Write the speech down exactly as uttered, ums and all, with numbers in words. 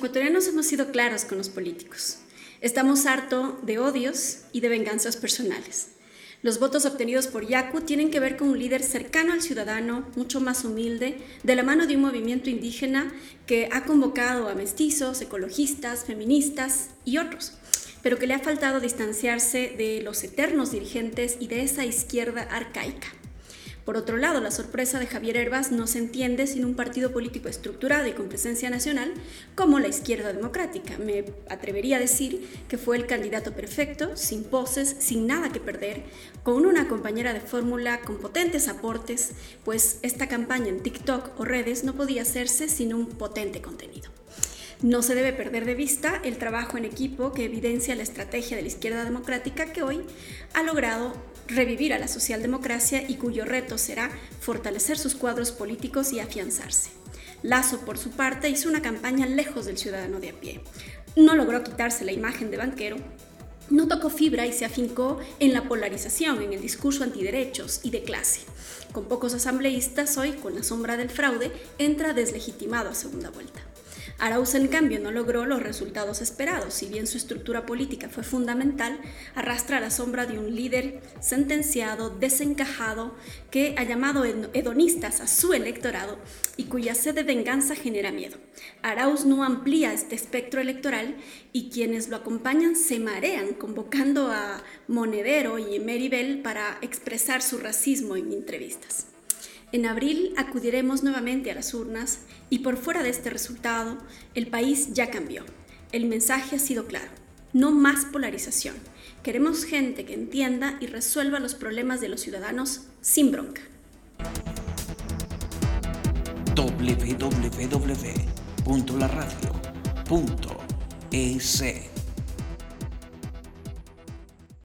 ecuatorianos hemos sido claros con los políticos. Estamos hartos de odios y de venganzas personales. Los votos obtenidos por Yacu tienen que ver con un líder cercano al ciudadano, mucho más humilde, de la mano de un movimiento indígena que ha convocado a mestizos, ecologistas, feministas y otros, pero que le ha faltado distanciarse de los eternos dirigentes y de esa izquierda arcaica. Por otro lado, la sorpresa de Javier Hervás no se entiende sin un partido político estructurado y con presencia nacional como la izquierda democrática. Me atrevería a decir que fue el candidato perfecto, sin poses, sin nada que perder, con una compañera de fórmula con potentes aportes, pues esta campaña en TikTok o redes no podía hacerse sin un potente contenido. No se debe perder de vista el trabajo en equipo que evidencia la estrategia de la izquierda democrática que hoy ha logrado revivir a la socialdemocracia y cuyo reto será fortalecer sus cuadros políticos y afianzarse. Lasso, por su parte, hizo una campaña lejos del ciudadano de a pie. No logró quitarse la imagen de banquero, no tocó fibra y se afincó en la polarización, en el discurso antiderechos y de clase. Con pocos asambleístas, hoy, con la sombra del fraude, entra deslegitimado a segunda vuelta. Arauz, en cambio, no logró los resultados esperados. Si bien su estructura política fue fundamental, arrastra la sombra de un líder sentenciado, desencajado, que ha llamado hedonistas a su electorado y cuya sed de venganza genera miedo. Arauz no amplía este espectro electoral y quienes lo acompañan se marean, convocando a Monedero y Meribel para expresar su racismo en entrevistas. En abril acudiremos nuevamente a las urnas y por fuera de este resultado, el país ya cambió. El mensaje ha sido claro: no más polarización. Queremos gente que entienda y resuelva los problemas de los ciudadanos sin bronca. doble u doble u doble u punto la radio punto e s